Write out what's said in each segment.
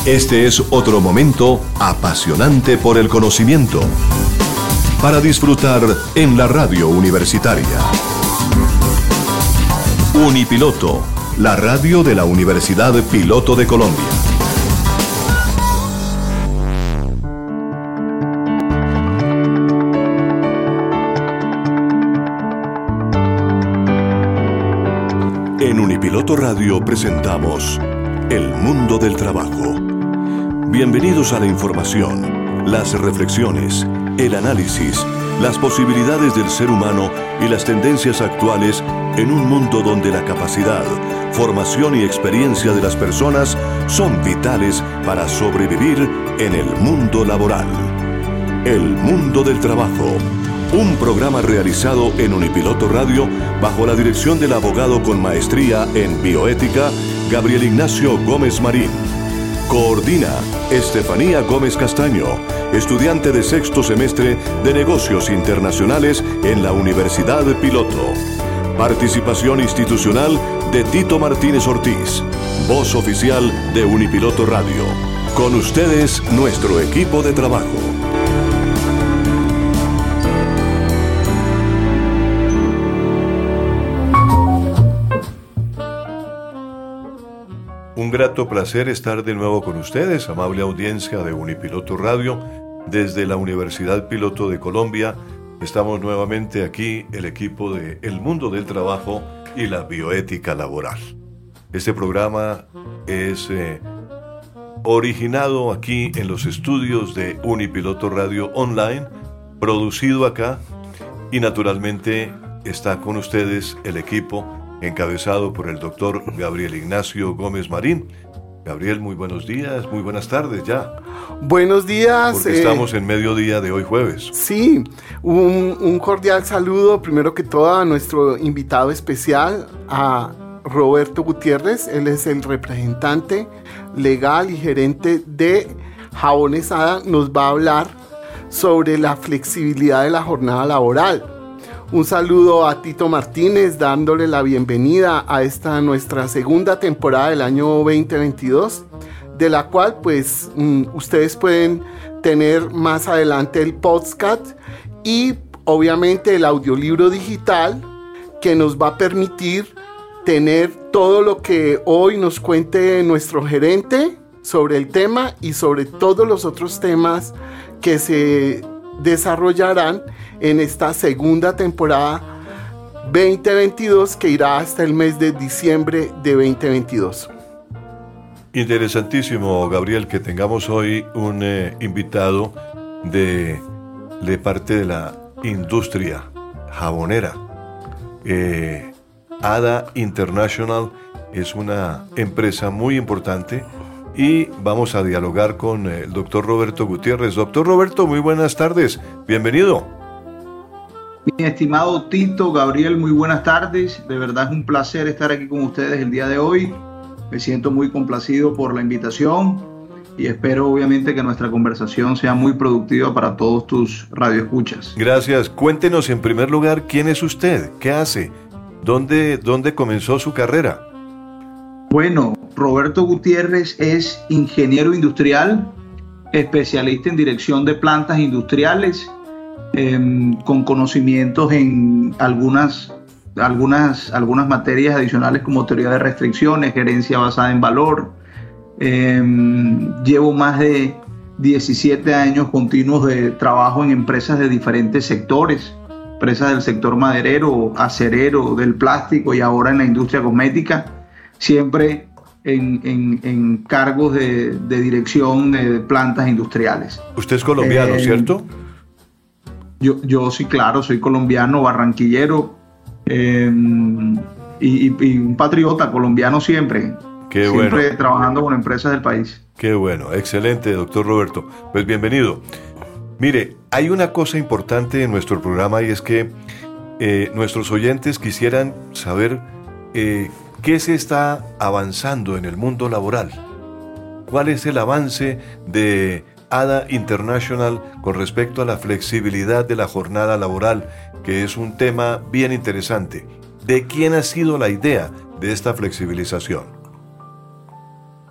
Este es otro momento apasionante por el conocimiento, para disfrutar en la radio universitaria. Unipiloto, la radio de la Universidad Piloto de Colombia. En Unipiloto Radio presentamos El Mundo del Trabajo. Bienvenidos a la información, las reflexiones, el análisis, las posibilidades del ser humano y las tendencias actuales en un mundo donde la capacidad, formación y experiencia de las personas son vitales para sobrevivir en el mundo laboral. El Mundo del Trabajo, un programa realizado en Unipiloto Radio bajo la dirección del abogado con maestría en bioética, Gabriel Ignacio Gómez Marín. Coordina Estefanía Gómez Castaño, estudiante de sexto semestre de Negocios Internacionales en la Universidad Piloto. Participación institucional de Tito Martínez Ortiz, voz oficial de Unipiloto Radio. Con ustedes, nuestro equipo de trabajo. Un grato placer estar de nuevo con ustedes, amable audiencia de Unipiloto Radio, desde la Universidad Piloto de Colombia. Estamos nuevamente aquí, el equipo de El Mundo del Trabajo y la Bioética Laboral. Este programa es originado aquí en los estudios de Unipiloto Radio Online, producido acá, y naturalmente está con ustedes el equipo encabezado por el doctor Gabriel Ignacio Gómez Marín. Gabriel, muy buenos días, muy buenas tardes ya. Buenos días. Porque estamos en mediodía de hoy jueves. Sí, un cordial saludo, primero que todo, a nuestro invitado especial, a Roberto Gutiérrez. Él es el representante legal y gerente de Jabones Ada. Nos va a hablar sobre la flexibilidad de la jornada laboral. Un saludo a Tito Martínez, dándole la bienvenida a esta nuestra segunda temporada del año 2022, de la cual pues ustedes pueden tener más adelante el podcast y obviamente el audiolibro digital, que nos va a permitir tener todo lo que hoy nos cuente nuestro gerente sobre el tema y sobre todos los otros temas que se desarrollarán en esta segunda temporada 2022 que irá hasta el mes de diciembre de 2022. Interesantísimo, Gabriel, que tengamos hoy un invitado de parte de la industria jabonera. Ada International es una empresa muy importante y vamos a dialogar con el doctor Roberto Gutiérrez. Doctor Roberto, muy buenas tardes, bienvenido. Mi estimado Tito, Gabriel, muy buenas tardes. De verdad es un placer estar aquí con ustedes el día de hoy. Me siento muy complacido por la invitación y espero obviamente que nuestra conversación sea muy productiva para todos tus radioescuchas. Gracias. Cuéntenos en primer lugar quién es usted, qué hace, dónde comenzó su carrera. Bueno, Roberto Gutiérrez es ingeniero industrial, especialista en dirección de plantas industriales, con conocimientos en algunas materias adicionales como teoría de restricciones, gerencia basada en valor. Llevo más de 17 años continuos de trabajo en empresas de diferentes sectores, empresas del sector maderero, acerero, del plástico y ahora en la industria cosmética, siempre en cargos de dirección de plantas industriales. Usted es colombiano, ¿cierto? Yo sí, claro, soy colombiano, barranquillero, y un patriota colombiano siempre. Qué siempre bueno. Trabajando con empresas del país. Qué bueno, excelente, doctor Roberto. Pues bienvenido. Mire, hay una cosa importante en nuestro programa y es que nuestros oyentes quisieran saber qué se está avanzando en el mundo laboral. ¿Cuál es el avance de Ada International con respecto a la flexibilidad de la jornada laboral, que es un tema bien interesante? ¿De quién ha sido la idea de esta flexibilización?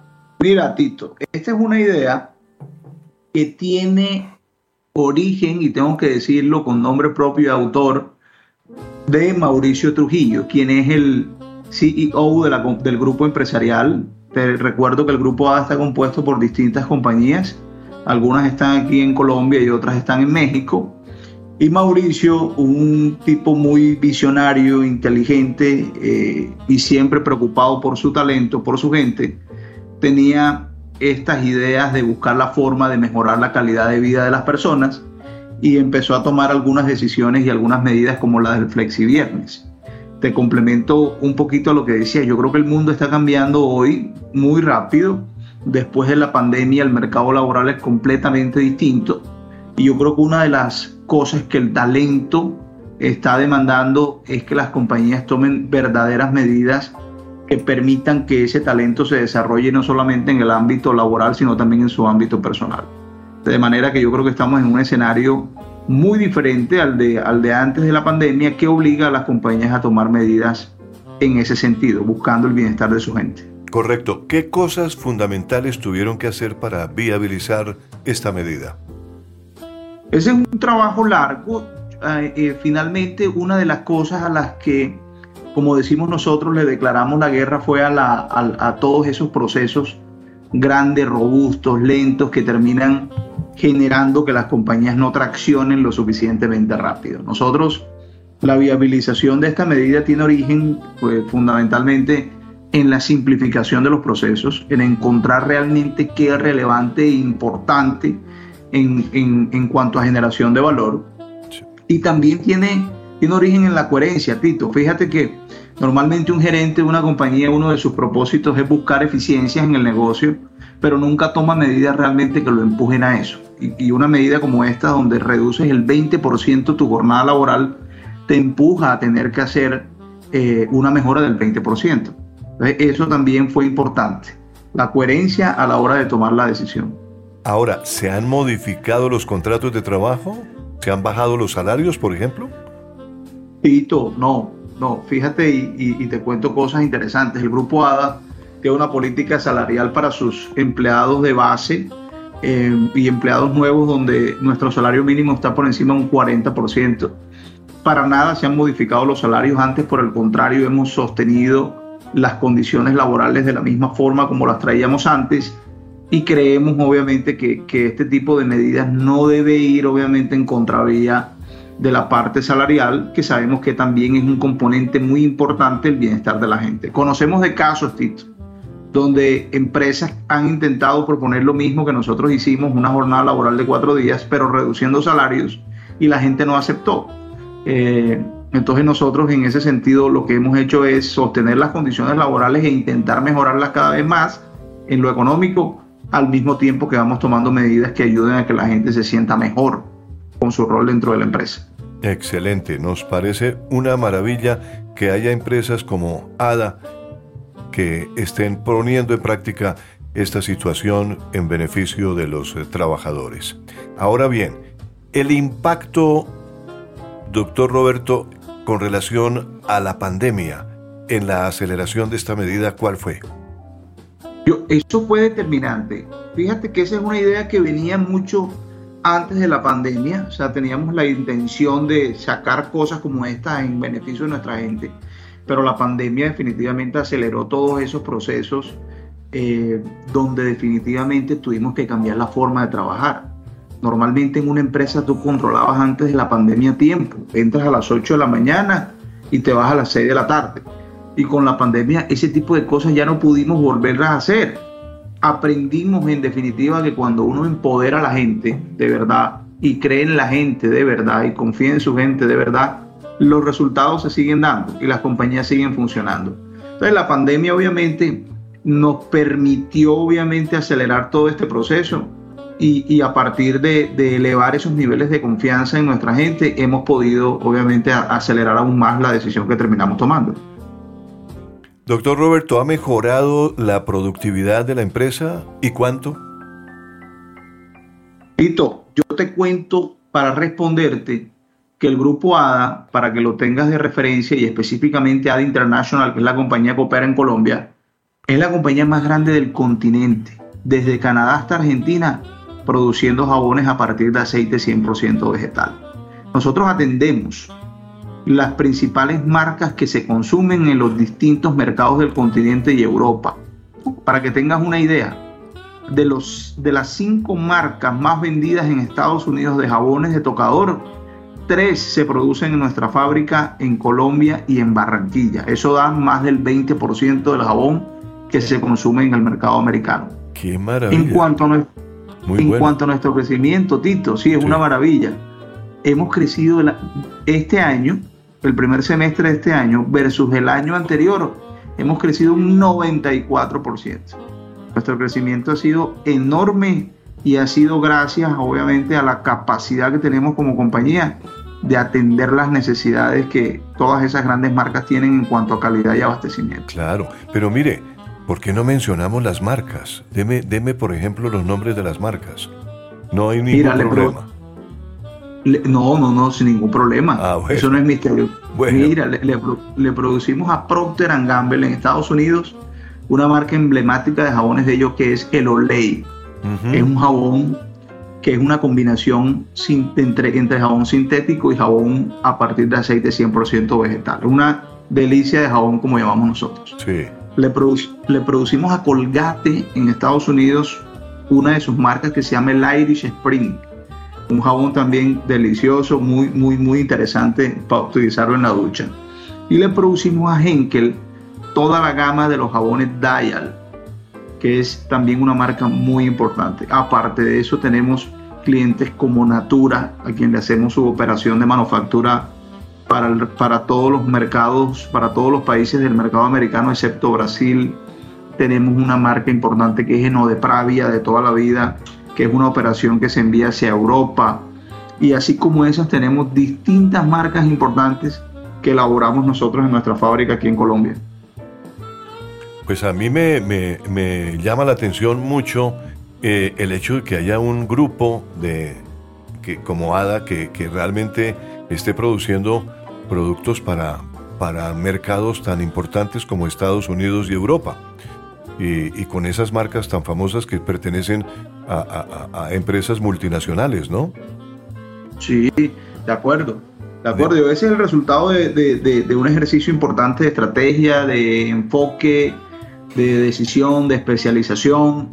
Mira, Tito, esta es una idea que tiene origen, y tengo que decirlo con nombre propio y autor, de Mauricio Trujillo, quien es el CEO del grupo empresarial. Te recuerdo que el grupo ADA está compuesto por distintas compañías, algunas están aquí en Colombia y otras están en México. Y Mauricio, un tipo muy visionario, inteligente y siempre preocupado por su talento, por su gente, tenía estas ideas de buscar la forma de mejorar la calidad de vida de las personas y empezó a tomar algunas decisiones y algunas medidas como la del flexiviernes. Te complemento un poquito a lo que decía. Yo creo que el mundo está cambiando hoy muy rápido. Después de la pandemia, el mercado laboral es completamente distinto. Y yo creo que una de las cosas que el talento está demandando es que las compañías tomen verdaderas medidas que permitan que ese talento se desarrolle no solamente en el ámbito laboral, sino también en su ámbito personal. De manera que yo creo que estamos en un escenario muy diferente al de antes de la pandemia, que obliga a las compañías a tomar medidas en ese sentido, buscando el bienestar de su gente. Correcto. ¿Qué cosas fundamentales tuvieron que hacer para viabilizar esta medida? Ese es un trabajo largo. Finalmente, una de las cosas a las que, como decimos nosotros, le declaramos la guerra fue a todos esos procesos grandes, robustos, lentos, que terminan generando que las compañías no traccionen lo suficientemente rápido. Nosotros, la viabilización de esta medida tiene origen fundamentalmente en la simplificación de los procesos, en encontrar realmente qué es relevante e importante en cuanto a generación de valor. Y también tiene origen en la coherencia, Tito. Fíjate que normalmente un gerente de una compañía, uno de sus propósitos es buscar eficiencias en el negocio, pero nunca toma medidas realmente que lo empujen a eso. Y una medida como esta, donde reduces el 20% tu jornada laboral, te empuja a tener que hacer una mejora del 20%. Entonces, eso también fue importante, la coherencia a la hora de tomar la decisión. Ahora, ¿se han modificado los contratos de trabajo? ¿Se han bajado los salarios, por ejemplo? Tito, no, fíjate y te cuento cosas interesantes. El Grupo ADA tiene una política salarial para sus empleados de base y empleados nuevos, donde nuestro salario mínimo está por encima de un 40%. Para nada se han modificado los salarios, antes por el contrario hemos sostenido las condiciones laborales de la misma forma como las traíamos antes, y creemos obviamente que este tipo de medidas no debe ir obviamente en contravía de la parte salarial, que sabemos que también es un componente muy importante el bienestar de la gente. Conocemos de casos, Tito, donde empresas han intentado proponer lo mismo que nosotros hicimos, una jornada laboral de 4 días, pero reduciendo salarios, y la gente no aceptó. Entonces nosotros en ese sentido lo que hemos hecho es sostener las condiciones laborales e intentar mejorarlas cada vez más en lo económico, al mismo tiempo que vamos tomando medidas que ayuden a que la gente se sienta mejor con su rol dentro de la empresa. Excelente, nos parece una maravilla que haya empresas como ADA que estén poniendo en práctica esta situación en beneficio de los trabajadores. Ahora bien, el impacto, doctor Roberto, con relación a la pandemia en la aceleración de esta medida, ¿cuál fue? Eso fue determinante. Fíjate que esa es una idea que venía mucho antes de la pandemia. O sea, teníamos la intención de sacar cosas como esta en beneficio de nuestra gente, pero la pandemia definitivamente aceleró todos esos procesos donde definitivamente tuvimos que cambiar la forma de trabajar. Normalmente en una empresa tú controlabas antes de la pandemia tiempo. Entras a las 8 de la mañana y te vas a las 6 de la tarde. Y con la pandemia ese tipo de cosas ya no pudimos volverlas a hacer. Aprendimos en definitiva que cuando uno empodera a la gente de verdad y cree en la gente de verdad y confía en su gente de verdad, los resultados se siguen dando y las compañías siguen funcionando. Entonces la pandemia obviamente nos permitió obviamente acelerar todo este proceso y a partir de elevar esos niveles de confianza en nuestra gente hemos podido obviamente acelerar aún más la decisión que terminamos tomando. Doctor Roberto, ¿ha mejorado la productividad de la empresa y cuánto? Tito, yo te cuento para responderte que el Grupo ADA, para que lo tengas de referencia, y específicamente ADA International, que es la compañía que opera en Colombia, es la compañía más grande del continente. desde Canadá hasta Argentina, produciendo jabones a partir de aceite 100% vegetal. Nosotros atendemos las principales marcas que se consumen en los distintos mercados del continente y Europa. Para que tengas una idea, de las 5 marcas más vendidas en Estados Unidos de jabones de tocador, 3 se producen en nuestra fábrica en Colombia y en Barranquilla. Eso da más del 20% del jabón que se consume en el mercado americano. ¡Qué maravilla! En cuanto a nuestro crecimiento, Tito, sí, es una maravilla. Hemos crecido este año, el primer semestre de este año, versus el año anterior, hemos crecido un 94%. Nuestro crecimiento ha sido enorme y ha sido gracias, obviamente, a la capacidad que tenemos como compañía de atender las necesidades que todas esas grandes marcas tienen en cuanto a calidad y abastecimiento. Claro, pero mire, ¿por qué no mencionamos las marcas? Deme, por ejemplo, los nombres de las marcas. No hay ningún problema. No, sin ningún problema. Bueno. Eso no es misterio. Bueno. Mira, le producimos a Procter & Gamble en Estados Unidos una marca emblemática de jabones de ellos que es el Olay. Es un jabón que es una combinación entre jabón sintético y jabón a partir de aceite 100% vegetal. Una delicia de jabón, como llamamos nosotros. Sí. Le producimos a Colgate en Estados Unidos una de sus marcas que se llama el Irish Spring. Un jabón también delicioso, muy interesante para utilizarlo en la ducha. Y le producimos a Henkel toda la gama de los jabones Dial, que es también una marca muy importante. Aparte de eso, tenemos clientes como Natura, a quien le hacemos su operación de manufactura para todos los mercados, para todos los países del mercado americano, excepto Brasil. Tenemos una marca importante que es Enodepravia, de toda la vida, que es una operación que se envía hacia Europa. Y así como esas, tenemos distintas marcas importantes que elaboramos nosotros en nuestra fábrica aquí en Colombia. Pues a mí me llama la atención mucho el hecho de que haya un grupo como ADA que realmente esté produciendo productos para mercados tan importantes como Estados Unidos y Europa. Y con esas marcas tan famosas que pertenecen a empresas multinacionales, ¿no? Sí, de acuerdo. Ese es el resultado de un ejercicio importante de estrategia, de enfoque, de decisión, de especialización.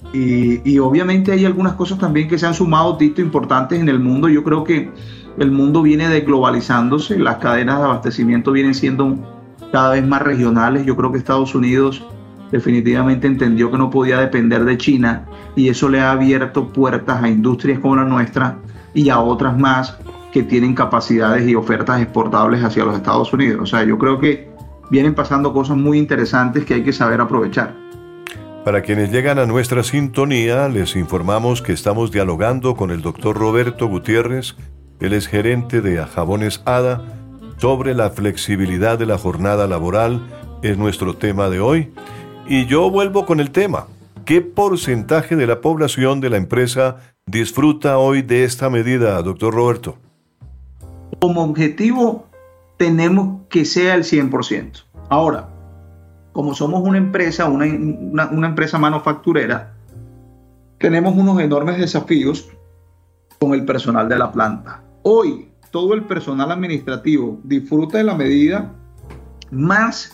Y obviamente hay algunas cosas también que se han sumado, Tito, importantes en el mundo. Yo creo que el mundo viene desglobalizándose, las cadenas de abastecimiento vienen siendo cada vez más regionales. Yo creo que Estados Unidos definitivamente entendió que no podía depender de China, y eso le ha abierto puertas a industrias como la nuestra y a otras más que tienen capacidades y ofertas exportables hacia los Estados Unidos. O sea, yo creo que vienen pasando cosas muy interesantes que hay que saber aprovechar. Para quienes llegan a nuestra sintonía, les informamos que estamos dialogando con el doctor Roberto Gutiérrez. Él es gerente de Jabones ADA. Sobre la flexibilidad de la jornada laboral es nuestro tema de hoy. Y yo vuelvo con el tema. ¿Qué porcentaje de la población de la empresa disfruta hoy de esta medida, doctor Roberto? Como objetivo tenemos que sea el 100%. Ahora, como somos una empresa, una empresa manufacturera, tenemos unos enormes desafíos con el personal de la planta. Hoy, todo el personal administrativo disfruta de la medida, más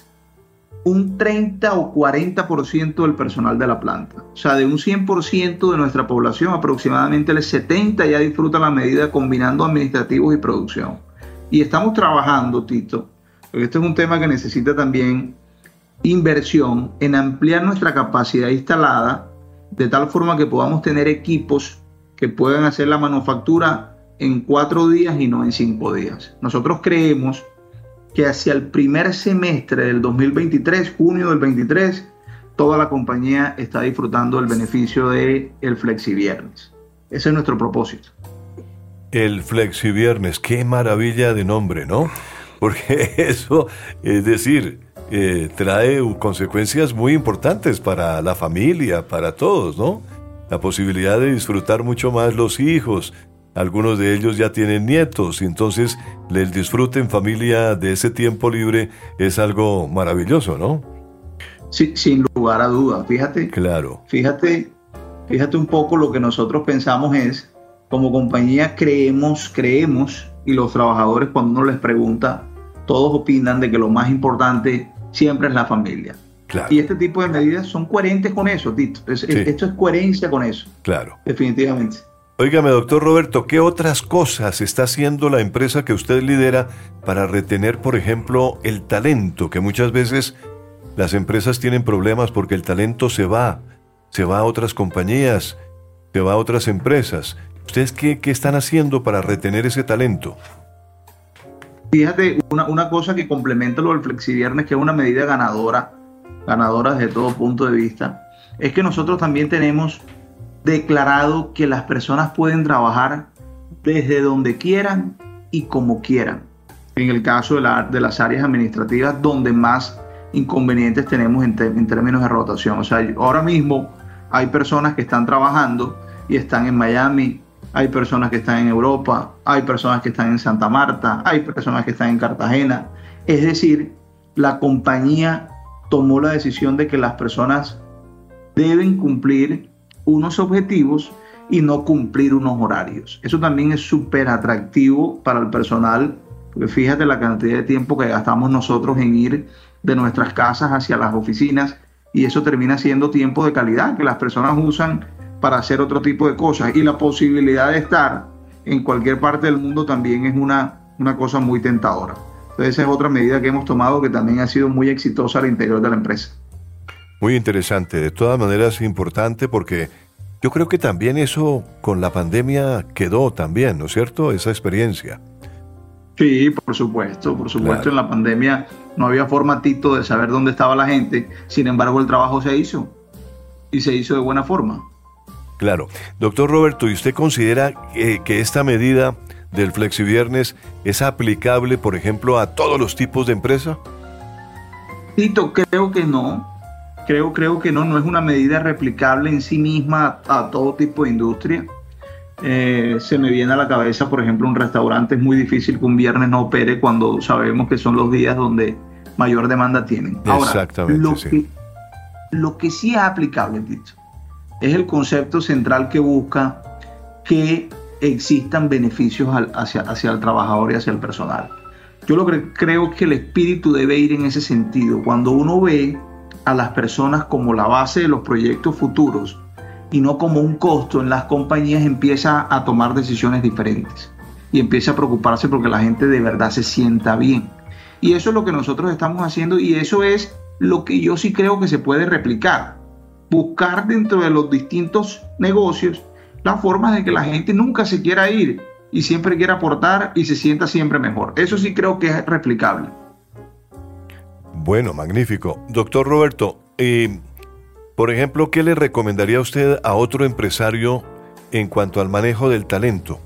un 30 o 40% del personal de la planta. O sea, de un 100% de nuestra población, aproximadamente el 70% ya disfruta la medida combinando administrativos y producción. Y estamos trabajando, Tito, porque este es un tema que necesita también inversión en ampliar nuestra capacidad instalada de tal forma que podamos tener equipos que puedan hacer la manufactura en 4 días y no en 5 días. Nosotros creemos que hacia el primer semestre del 2023, junio del 23, toda la compañía está disfrutando del beneficio del Flexiviernes. Ese es nuestro propósito. El Flexiviernes, qué maravilla de nombre, ¿no? Porque eso, es decir, trae consecuencias muy importantes para la familia, para todos, ¿no? La posibilidad de disfrutar mucho más los hijos. Algunos de ellos ya tienen nietos, y entonces el disfrute en familia de ese tiempo libre es algo maravilloso, ¿no? Sí, sin lugar a dudas. Fíjate, claro. Fíjate Fíjate un poco, lo que nosotros pensamos es, como compañía creemos, y los trabajadores cuando uno les pregunta, todos opinan de que lo más importante siempre es la familia. Claro. Y este tipo de medidas son coherentes con eso, Tito. Esto es coherencia con eso. Claro. Definitivamente. Óigame, doctor Roberto, ¿qué otras cosas está haciendo la empresa que usted lidera para retener, por ejemplo, el talento? Que muchas veces las empresas tienen problemas porque el talento se va a otras compañías, se va a otras empresas. ¿Ustedes qué están haciendo para retener ese talento? Fíjate, una cosa que complementa lo del Flexiviernes, que es una medida ganadora desde todo punto de vista, es que nosotros también tenemos declarado que las personas pueden trabajar desde donde quieran y como quieran. En el caso de las áreas administrativas, donde más inconvenientes tenemos en términos de rotación. O sea, ahora mismo hay personas que están trabajando y están en Miami, hay personas que están en Europa, hay personas que están en Santa Marta, hay personas que están en Cartagena. Es decir, la compañía tomó la decisión de que las personas deben cumplir unos objetivos y no cumplir unos horarios. Eso también es súper atractivo para el personal, porque fíjate la cantidad de tiempo que gastamos nosotros en ir de nuestras casas hacia las oficinas, y eso termina siendo tiempo de calidad que las personas usan para hacer otro tipo de cosas, y la posibilidad de estar en cualquier parte del mundo también es una cosa muy tentadora. Entonces esa es otra medida que hemos tomado que también ha sido muy exitosa al interior de la empresa. Muy interesante, de todas maneras importante, porque yo creo que también eso con la pandemia quedó también, ¿no es cierto? Esa experiencia. Sí, por supuesto. Claro. En la pandemia no había forma, Tito, de saber dónde estaba la gente. Sin embargo, el trabajo se hizo, y se hizo de buena forma. Claro. Doctor Roberto, ¿y usted considera que esta medida del Flexiviernes es aplicable, por ejemplo, a todos los tipos de empresa? Tito, creo que no. Creo que no es una medida replicable en sí misma a todo tipo de industria. Se me viene a la cabeza, por ejemplo, un restaurante. Es muy difícil que un viernes no opere cuando sabemos que son los días donde mayor demanda tienen. Ahora, exactamente, lo que sí es aplicable, Tito, es el concepto central que busca que existan beneficios hacia el trabajador y hacia el personal. Yo creo que el espíritu debe ir en ese sentido. Cuando uno ve a las personas como la base de los proyectos futuros y no como un costo en las compañías, empieza a tomar decisiones diferentes y empieza a preocuparse porque la gente de verdad se sienta bien. Y eso es lo que nosotros estamos haciendo, y eso es lo que yo sí creo que se puede replicar. Buscar dentro de los distintos negocios las formas de que la gente nunca se quiera ir y siempre quiera aportar y se sienta siempre mejor. Eso sí creo que es replicable. Bueno, magnífico. Doctor Roberto, por ejemplo, ¿qué le recomendaría usted a otro empresario en cuanto al manejo del talento?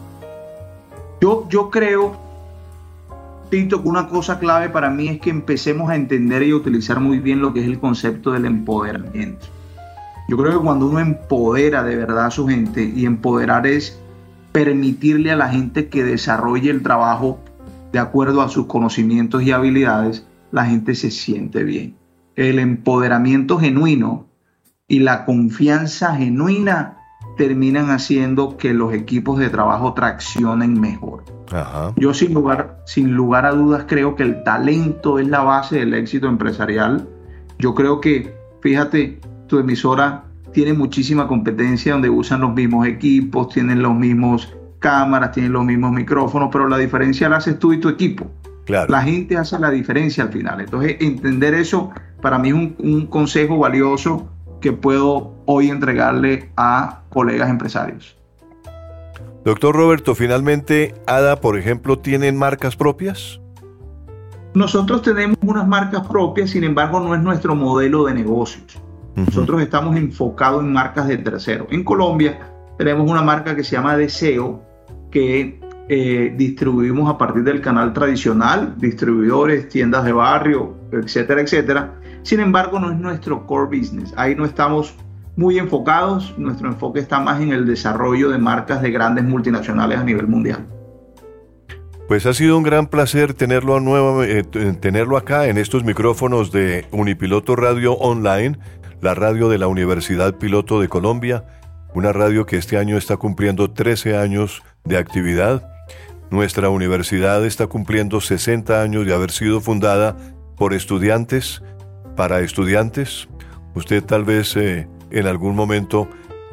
Yo creo, Tito, que una cosa clave para mí es que empecemos a entender y a utilizar muy bien lo que es el concepto del empoderamiento. Yo creo que cuando uno empodera de verdad a su gente, y empoderar es permitirle a la gente que desarrolle el trabajo de acuerdo a sus conocimientos y habilidades, la gente se siente bien. El empoderamiento genuino y la confianza genuina terminan haciendo que los equipos de trabajo traccionen mejor. Ajá. Yo sin lugar a dudas creo que el talento es la base del éxito empresarial. Yo creo que, fíjate, tu emisora tiene muchísima competencia donde usan los mismos equipos, tienen los mismos cámaras, tienen los mismos micrófonos, pero la diferencia la haces tú y tu equipo. Claro. La gente hace la diferencia al final. Entonces, entender eso para mí es un consejo valioso que puedo hoy entregarle a colegas empresarios. Doctor Roberto, finalmente, ADA, por ejemplo, ¿tienen marcas propias? Nosotros tenemos unas marcas propias, sin embargo, no es nuestro modelo de negocios. Uh-huh. Nosotros estamos enfocados en marcas de terceros. En Colombia tenemos una marca que se llama Deseo, que distribuimos a partir del canal tradicional, distribuidores, tiendas de barrio, etcétera, etcétera. Sin embargo, no es nuestro core business. Ahí no estamos muy enfocados. Nuestro enfoque está más en el desarrollo de marcas de grandes multinacionales a nivel mundial. Pues ha sido un gran placer tenerlo acá en estos micrófonos de Unipiloto Radio Online. la radio de la Universidad Piloto de Colombia, una radio que este año está cumpliendo 13 años de actividad. Nuestra universidad está cumpliendo 60 años de haber sido fundada por estudiantes, para estudiantes. Usted tal vez en algún momento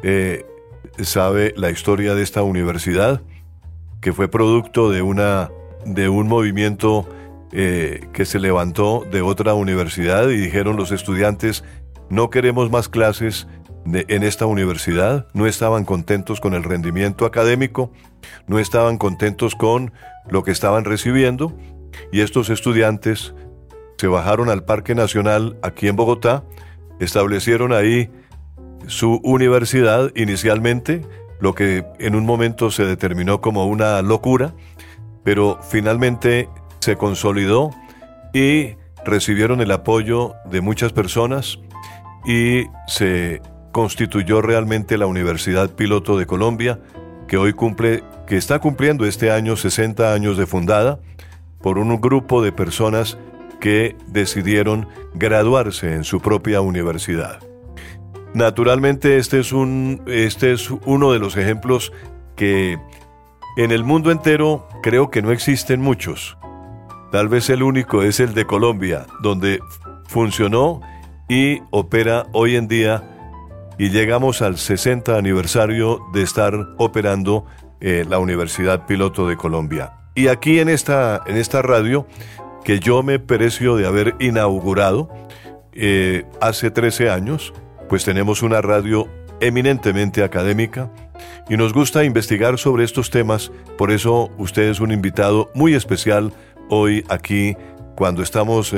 sabe la historia de esta universidad, que fue producto de un movimiento que se levantó de otra universidad y dijeron los estudiantes: no queremos más clases en esta universidad. No estaban contentos con el rendimiento académico, no estaban contentos con lo que estaban recibiendo, y estos estudiantes se bajaron al Parque Nacional aquí en Bogotá, establecieron ahí su universidad inicialmente, lo que en un momento se determinó como una locura, pero finalmente se consolidó y recibieron el apoyo de muchas personas y se constituyó realmente la Universidad Piloto de Colombia, que está cumpliendo este año 60 años de fundada por un grupo de personas que decidieron graduarse en su propia universidad. Naturalmente este es uno de los ejemplos que en el mundo entero creo que no existen muchos. Tal vez el único es el de Colombia, donde funcionó y opera hoy en día, y llegamos al 60 aniversario de estar operando la Universidad Piloto de Colombia. Y aquí en esta radio, que yo me precio de haber inaugurado hace 13 años, pues tenemos una radio eminentemente académica y nos gusta investigar sobre estos temas. Por eso usted es un invitado muy especial hoy aquí, cuando estamos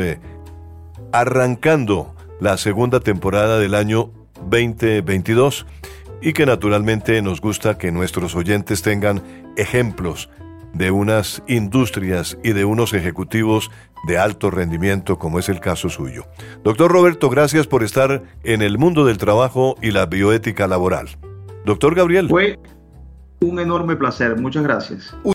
arrancando la segunda temporada del año 2022, y que naturalmente nos gusta que nuestros oyentes tengan ejemplos de unas industrias y de unos ejecutivos de alto rendimiento, como es el caso suyo. Doctor Roberto, gracias por estar en el mundo del trabajo y la bioética laboral. Doctor Gabriel. Fue un enorme placer, muchas gracias.